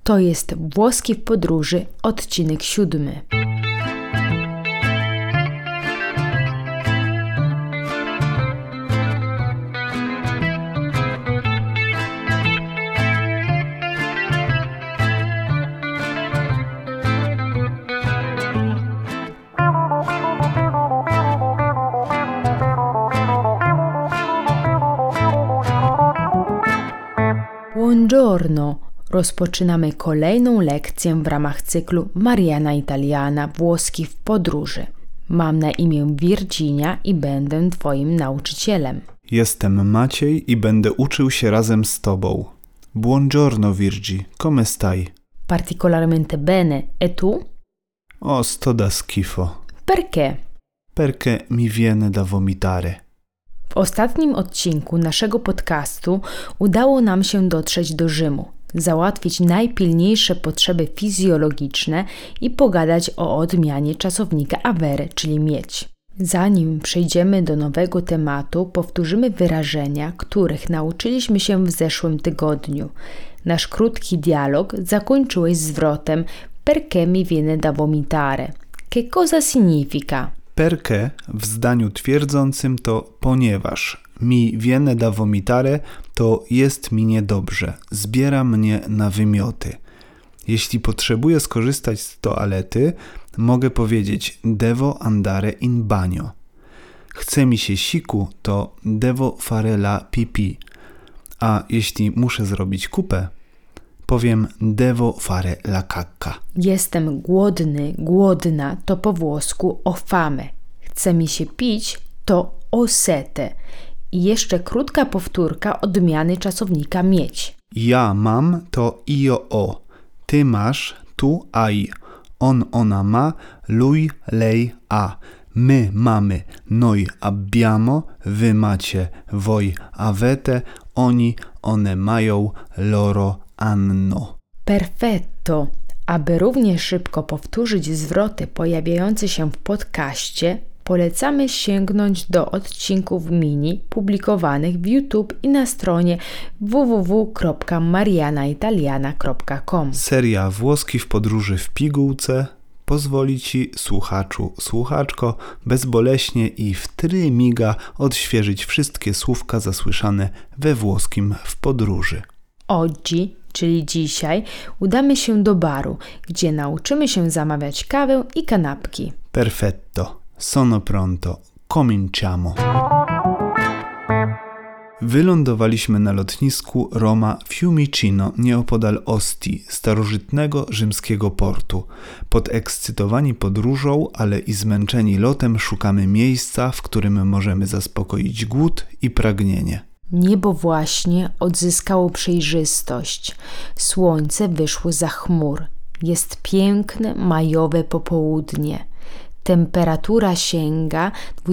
To jest Włoski w podróży, odcinek 7. Buongiorno! Rozpoczynamy kolejną lekcję w ramach cyklu Mariana Italiana Włoski w podróży. Mam na imię Virginia i będę Twoim nauczycielem. Jestem Maciej i będę uczył się razem z Tobą. Buongiorno Virgi, come stai? Particolarmente bene. E tu? O, sto da schifo. Perché? Perché mi viene da vomitare. W ostatnim odcinku naszego podcastu udało nam się dotrzeć do Rzymu, załatwić najpilniejsze potrzeby fizjologiczne i pogadać o odmianie czasownika avere, czyli mieć. Zanim przejdziemy do nowego tematu, powtórzymy wyrażenia, których nauczyliśmy się w zeszłym tygodniu. Nasz krótki dialog zakończyłeś zwrotem perché mi viene da vomitare. Che cosa significa? Perché w zdaniu twierdzącym to ponieważ. Mi viene da vomitare to jest mi niedobrze, zbiera mnie na wymioty. Jeśli potrzebuję skorzystać z toalety, mogę powiedzieć devo andare in bagno. Chce mi się siku, to devo fare la pipì. A jeśli muszę zrobić kupę, powiem devo fare la cacca. Jestem głodny, głodna to po włosku ho fame. Chce mi się pić to ho sete. I jeszcze krótka powtórka odmiany czasownika mieć. Ja mam to io ho. Ty masz, tu hai. On, ona ma, lui, lei ha. My mamy, noi abbiamo, wy macie, voi avete, oni, one mają, loro hanno. Perfetto! Aby równie szybko powtórzyć zwroty pojawiające się w podcaście, polecamy sięgnąć do odcinków mini publikowanych w YouTube i na stronie www.marianaitaliana.com. Seria Włoski w podróży w pigułce pozwoli Ci, słuchaczu, słuchaczko, bezboleśnie i w trymiga odświeżyć wszystkie słówka zasłyszane we włoskim w podróży. Oggi, czyli dzisiaj, udamy się do baru, gdzie nauczymy się zamawiać kawę i kanapki. Perfetto, sono pronto, cominciamo. Wylądowaliśmy na lotnisku Roma Fiumicino nieopodal Ostii, starożytnego rzymskiego portu. Podekscytowani podróżą, ale i zmęczeni lotem szukamy miejsca, w którym możemy zaspokoić głód i pragnienie. Niebo właśnie odzyskało przejrzystość. Słońce wyszło za chmur. Jest piękne, majowe popołudnie. Temperatura sięga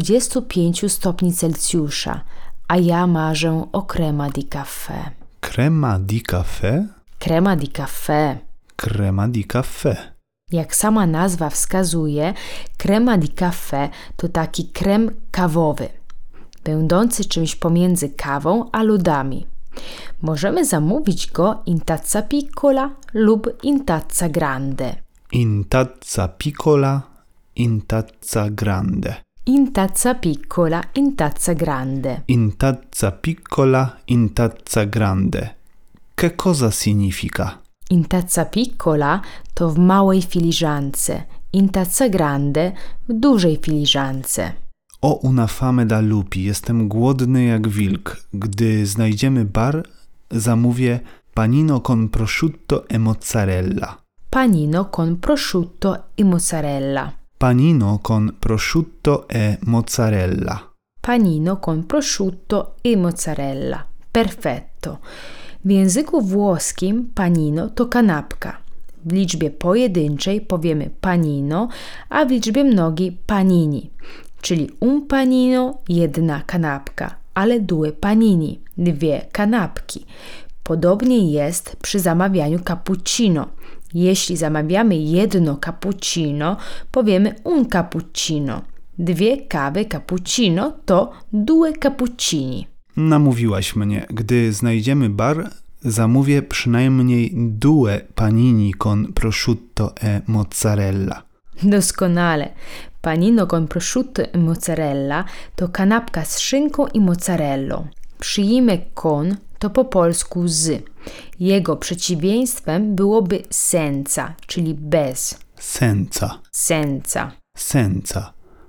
25 stopni Celsjusza, a ja marzę o crema di caffè. Crema di caffè? Crema di caffè. Crema di caffè. Jak sama nazwa wskazuje, crema di caffè to taki krem kawowy, będący czymś pomiędzy kawą a lodami. Możemy zamówić go in tazza piccola lub in tazza grande. In tazza piccola, in tazza grande. In tazza piccola, in tazza grande. In tazza piccola, in tazza grande. Che cosa significa? In tazza piccola to w małej filiżance, in tazza grande w dużej filiżance. O una fame da lupi, jestem głodny jak wilk. Gdy znajdziemy bar, zamówię panino con prosciutto e mozzarella. Panino con prosciutto e mozzarella. Panino con prosciutto e mozzarella. Panino con prosciutto e mozzarella. Perfetto. W języku włoskim panino to kanapka. W liczbie pojedynczej powiemy panino, a w liczbie mnogiej panini. Czyli un panino, jedna kanapka, ale due panini, dwie kanapki. Podobnie jest przy zamawianiu cappuccino. Jeśli zamawiamy jedno cappuccino, powiemy un cappuccino. Dwie kawy cappuccino to due cappuccini. Namówiłaś mnie. Gdy znajdziemy bar, Zamówię przynajmniej due panini con prosciutto e mozzarella. Doskonale. Panino con prosciutto e mozzarella to kanapka z szynką i mozzarellą. Przyimek con to po polsku z. Jego przeciwieństwem byłoby senza, czyli bez. Senza. Senza. Senza.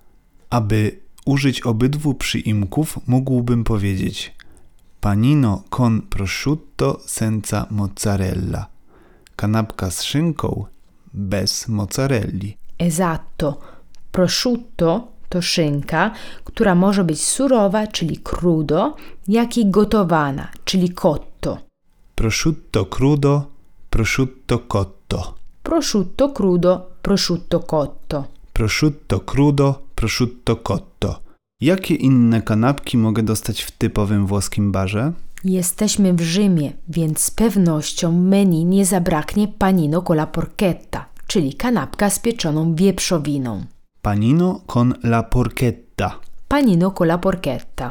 Aby użyć obydwu przyimków, mógłbym powiedzieć panino con prosciutto senza mozzarella. Kanapka z szynką bez mozzarelli. Esatto. Prosciutto to szynka, która może być surowa, czyli crudo, jak i gotowana, czyli cotto. Prosciutto crudo, prosciutto cotto. Prosciutto crudo, prosciutto cotto. Prosciutto crudo, prosciutto cotto. Jakie inne kanapki mogę dostać w typowym włoskim barze? Jesteśmy w Rzymie, więc z pewnością menu nie zabraknie panino con la porchetta, czyli kanapka z pieczoną wieprzowiną. Panino con la porchetta. Panino con la porchetta.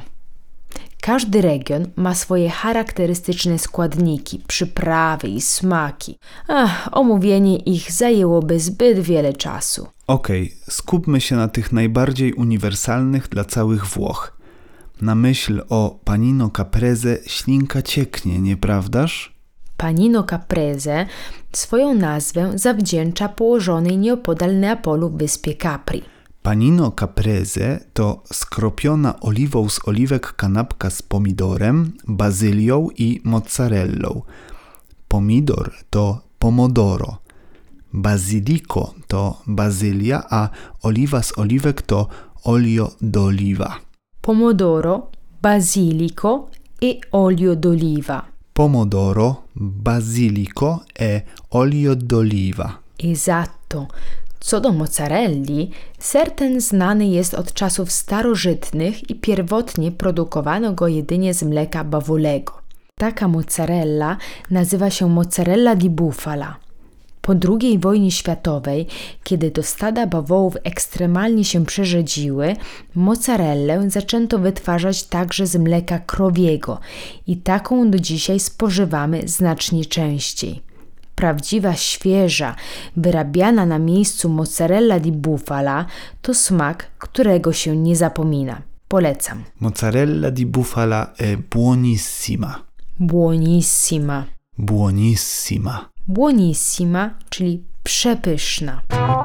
Każdy region ma swoje charakterystyczne składniki, przyprawy i smaki. Omówienie ich zajęłoby zbyt wiele czasu. Okej, skupmy się na tych najbardziej uniwersalnych dla całych Włoch. Na myśl o panino caprese ślinka cieknie, nieprawdaż? Panino caprese swoją nazwę zawdzięcza położonej nieopodal Neapolu wyspie Capri. Panino caprese to skropiona oliwą z oliwek kanapka z pomidorem, bazylią i mozzarellą. Pomidor to pomodoro. Basilico to bazylia, a oliwa z oliwek to olio d'oliva. Pomodoro, basilico e olio d'oliva. Pomodoro, basilico e olio d'oliva. Esatto. Co do mozzarelli, ser ten znany jest od czasów starożytnych i pierwotnie produkowano go jedynie z mleka bawolego. Taka mozzarella nazywa się mozzarella di bufala. Po II wojnie światowej, kiedy to stada bawołów ekstremalnie się przerzedziły, mozzarellę zaczęto wytwarzać także z mleka krowiego i taką do dzisiaj spożywamy znacznie częściej. Prawdziwa, świeża, wyrabiana na miejscu mozzarella di bufala to smak, którego się nie zapomina. Polecam. Mozzarella di bufala è buonissima. Buonissima. Buonissima. Buonissima, czyli przepyszna.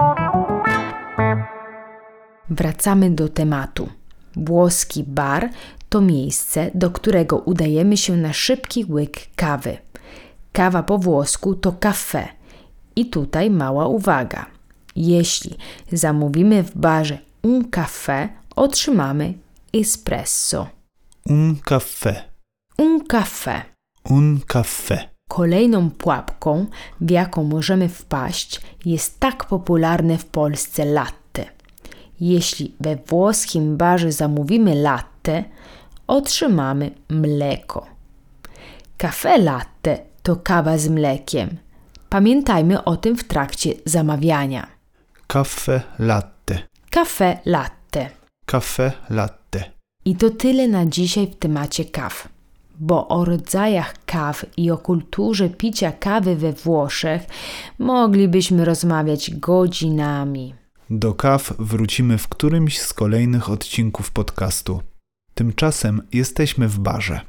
Wracamy do tematu. Włoski bar to miejsce, do którego udajemy się na szybki łyk kawy. Kawa po włosku to caffè. I tutaj mała uwaga. Jeśli zamówimy w barze un caffè, otrzymamy espresso. Un caffè. Un caffè. Un caffè. Kolejną pułapką, w jaką możemy wpaść, jest tak popularne w Polsce latte. Jeśli we włoskim barze zamówimy latte, otrzymamy mleko. Caffè latte to kawa z mlekiem. Pamiętajmy o tym w trakcie zamawiania. Caffè latte. Caffè latte. Caffè latte. I to tyle na dzisiaj w temacie kaw. Bo o rodzajach kaw i o kulturze picia kawy we Włoszech moglibyśmy rozmawiać godzinami. Do kaw wrócimy w którymś z kolejnych odcinków podcastu. Tymczasem jesteśmy w barze.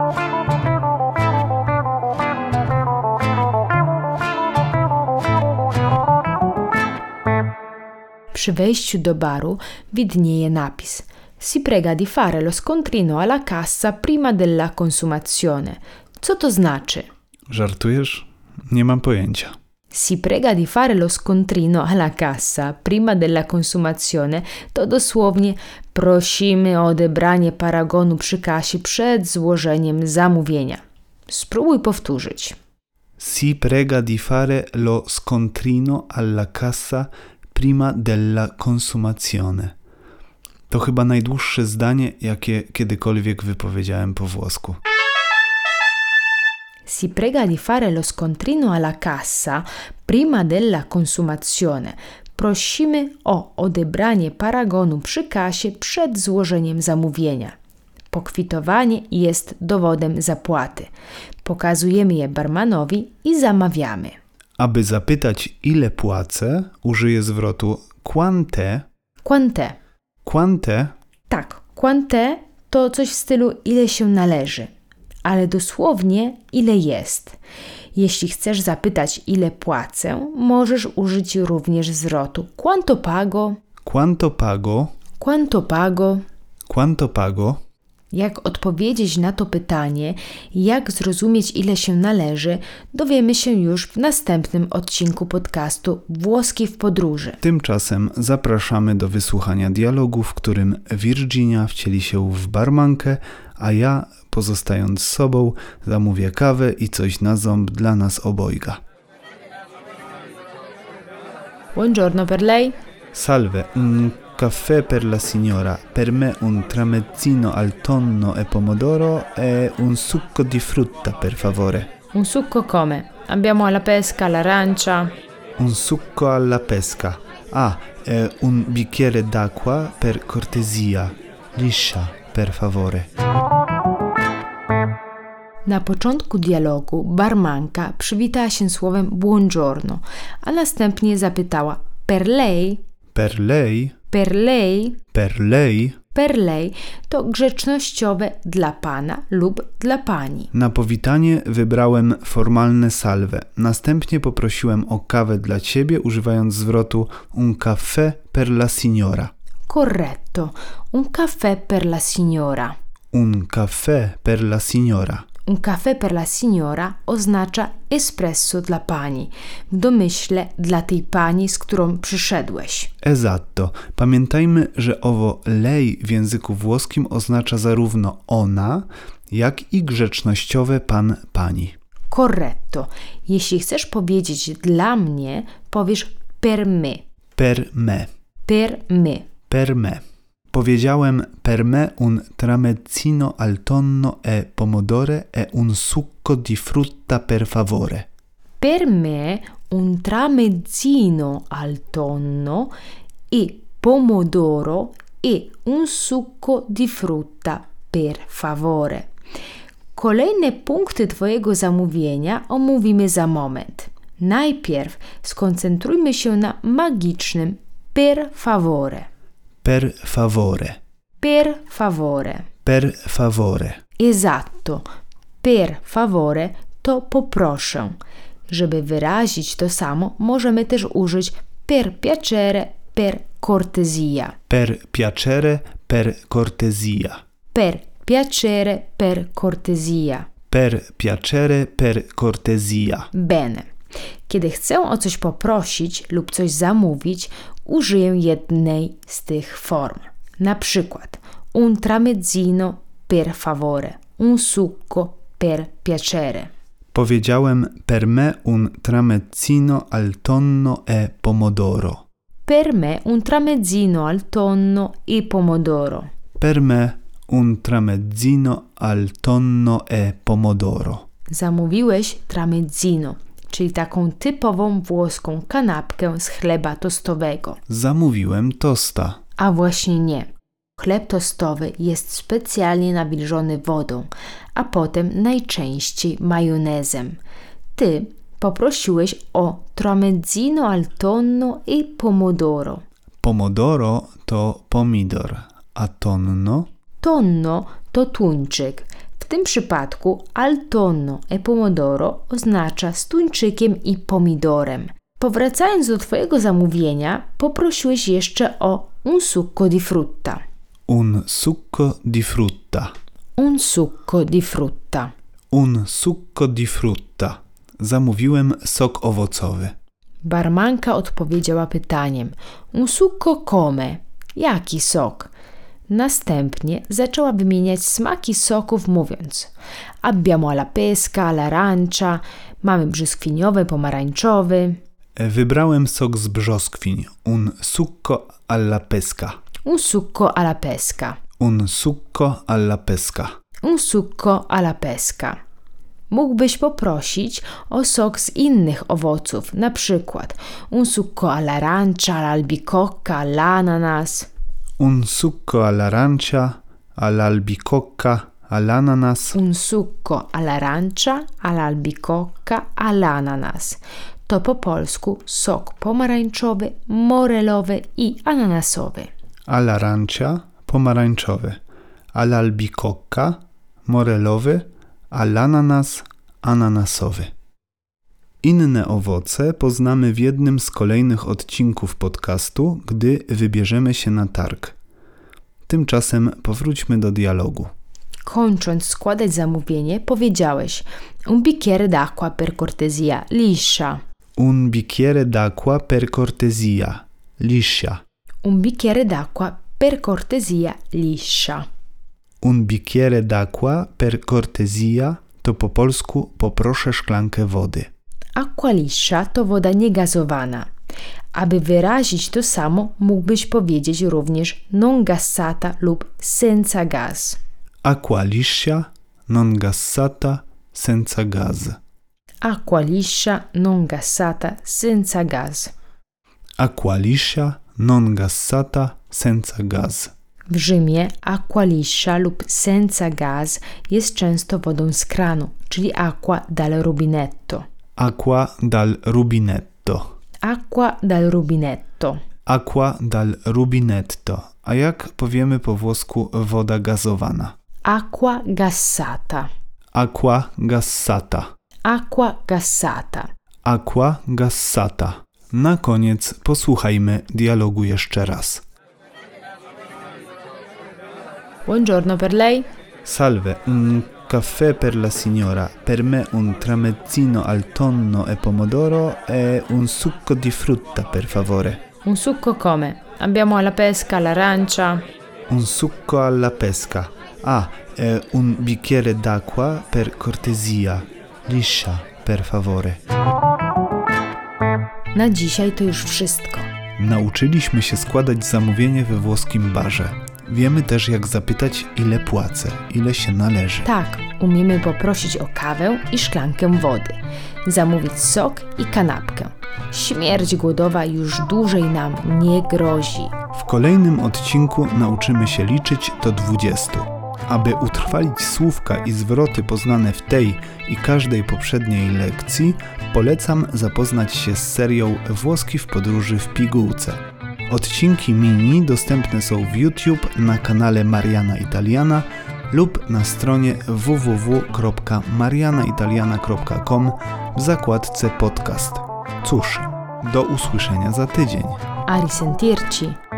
Przy wejściu do baru widnieje napis: Si prega di fare lo scontrino alla cassa prima della consumazione. Co to znaczy? Żartujesz? Nie mam pojęcia. Si prega di fare lo scontrino alla cassa prima della consumazione to dosłownie prosimy o odebranie paragonu przy kasie przed złożeniem zamówienia. Spróbuj powtórzyć. Si prega di fare lo scontrino alla cassa prima della consumazione. To chyba najdłuższe zdanie, jakie kiedykolwiek wypowiedziałem po włosku. Si prega di fare lo scontrino alla cassa prima della consumazione. Prosimy o odebranie paragonu przy kasie przed złożeniem zamówienia. Pokwitowanie jest dowodem zapłaty. Pokazujemy je barmanowi i zamawiamy. Aby zapytać, ile płacę, użyję zwrotu quante. Quante. Quante Tak, quante to coś w stylu ile się należy, ale dosłownie ile jest. Jeśli chcesz zapytać, ile płacę, możesz użyć również zwrotu quanto pago. Quanto pago? Quanto pago? Quanto pago? Jak odpowiedzieć na to pytanie, jak zrozumieć, ile się należy, dowiemy się już w następnym odcinku podcastu Włoski w podróży. Tymczasem zapraszamy do wysłuchania dialogu, w którym Virginia wcieli się w barmankę, a ja, pozostając sobą, zamówię kawę i coś na ząb dla nas obojga. Buongiorno per lei. Salve, un caffè per la signora, per me un tramezzino al tonno e pomodoro e un succo di frutta, per favore. Un succo come? Abbiamo alla pesca, all'arancia. Un succo alla pesca. Ah, e un bicchiere d'acqua per cortesia. Liscia, per favore. Na początku dialogu barmanka przywitała się słowem buongiorno, a następnie zapytała per lei? Per lei? Per lei? Per lei? Per lei to grzecznościowe dla pana lub dla pani. Na powitanie wybrałem formalne salve. Następnie poprosiłem o kawę dla ciebie, używając zwrotu un caffè per la signora. Corretto. Un caffè per la signora. Un caffè per la signora. Un caffè per la signora oznacza espresso dla pani, w domyśle dla tej pani, z którą przyszedłeś. Esatto. Pamiętajmy, że owo lei w języku włoskim oznacza zarówno ona, jak i grzecznościowe pan, pani. Corretto. Jeśli chcesz powiedzieć dla mnie, powiesz per me. Per me. Per me. Per me. Powiedziałem per me un tramezzino al tonno e pomodore e un succo di frutta per favore. Per me un tramezzino al tonno e pomodoro e un succo di frutta per favore. Kolejne punkty twojego zamówienia omówimy za moment. Najpierw skoncentrujmy się na magicznym per favore. Per favore. Per favore. Per favore. Esatto. Per favore to poproszę. Żeby wyrazić to samo, możemy też użyć per piacere, per cortesia. Per piacere, per cortesia. Per piacere, per cortesia. Per piacere, per cortesia. Bene. Kiedy chcę o coś poprosić lub coś zamówić, użyję jednej z tych form. Na przykład un tramezzino per favore, un succo per piacere. Powiedziałem per me un tramezzino al tonno e pomodoro. Per me un tramezzino al tonno e pomodoro. Per me un tramezzino al tonno e pomodoro. Zamówiłeś tramezzino, czyli taką typową włoską kanapkę z chleba tostowego. Zamówiłem tosta. A właśnie nie. Chleb tostowy jest specjalnie nawilżony wodą, a potem najczęściej majonezem. Ty poprosiłeś o tramezzino al tonno e pomodoro. Pomodoro to pomidor, a tonno? Tonno to tuńczyk. W tym przypadku al tonno e pomodoro oznacza z tuńczykiem i pomidorem. Powracając do twojego zamówienia, poprosiłeś jeszcze o un succo di frutta. Un succo di frutta. Un succo di frutta. Un succo di frutta. Zamówiłem sok owocowy. Barmanka odpowiedziała pytaniem: un succo come? Jaki sok? Następnie zaczęła wymieniać smaki soków, mówiąc: abbiamo alla pesca, all'arancia, mamy brzoskwiniowy, pomarańczowy. Wybrałem sok z brzoskwiń. Un succo alla pesca. Un succo alla pesca. Un succo alla pesca. Un succo alla pesca. Mógłbyś poprosić o sok z innych owoców, na przykład un succo all'arancia, all'albicocca, all'ananas. Un succo all'arancia, all'albicocca, all'ananas. Un succo all'arancia, all'albicocca, all'ananas. To po polsku sok pomarańczowy, morelowy i ananasowy. All'arancia, pomarańczowy. All'albicocca, morelowy, all'ananas, ananasowy. Inne owoce poznamy w jednym z kolejnych odcinków podcastu, gdy wybierzemy się na targ. Tymczasem powróćmy do dialogu. Kończąc składać zamówienie, powiedziałeś: un bicchiere d'acqua per cortesia, liscia. Un bicchiere d'acqua per cortesia, liscia. Un bicchiere d'acqua per cortesia, liscia. Un bicchiere d'acqua per cortesia to po polsku poproszę szklankę wody. Aqua liscia to woda niegazowana. Aby wyrazić to samo, mógłbyś powiedzieć również non gassata lub senza gaz. Acqua liscia, non gassata, senza gaz. Acqua liscia non gassata senza gaz. Acqua liscia, non gassata, senza gaz. W Rzymie acqua liscia lub senza gaz jest często wodą z kranu, czyli acqua dal rubinetto. Acqua dal rubinetto. Acqua dal rubinetto. Acqua dal rubinetto. A jak powiemy po włosku woda gazowana? Acqua gassata. Acqua gassata. Acqua gassata. Acqua gassata. Na koniec posłuchajmy dialogu jeszcze raz. Buongiorno, per lei? Salve, un caffè per la signora, per me un tramezzino al tonno e pomodoro e un succo di frutta, per favore. Un succo come? Abbiamo alla pesca, all'arancia. Un succo alla pesca. Un bicchiere d'acqua per cortesia. Liscia, per favore. Na dzisiaj to już wszystko. Nauczyliśmy się składać zamówienie we włoskim barze. Wiemy też, jak zapytać, ile płacę, ile się należy. Tak, umiemy poprosić o kawę i szklankę wody, zamówić sok i kanapkę. Śmierć głodowa już dłużej nam nie grozi. W kolejnym odcinku nauczymy się liczyć do 20. Aby utrwalić słówka i zwroty poznane w tej i każdej poprzedniej lekcji, polecam zapoznać się z serią Włoski w podróży w pigułce. Odcinki mini dostępne są w YouTube na kanale Mariana Italiana lub na stronie www.marianaitaliana.com w zakładce podcast. Cóż, do usłyszenia za tydzień. A risentirci!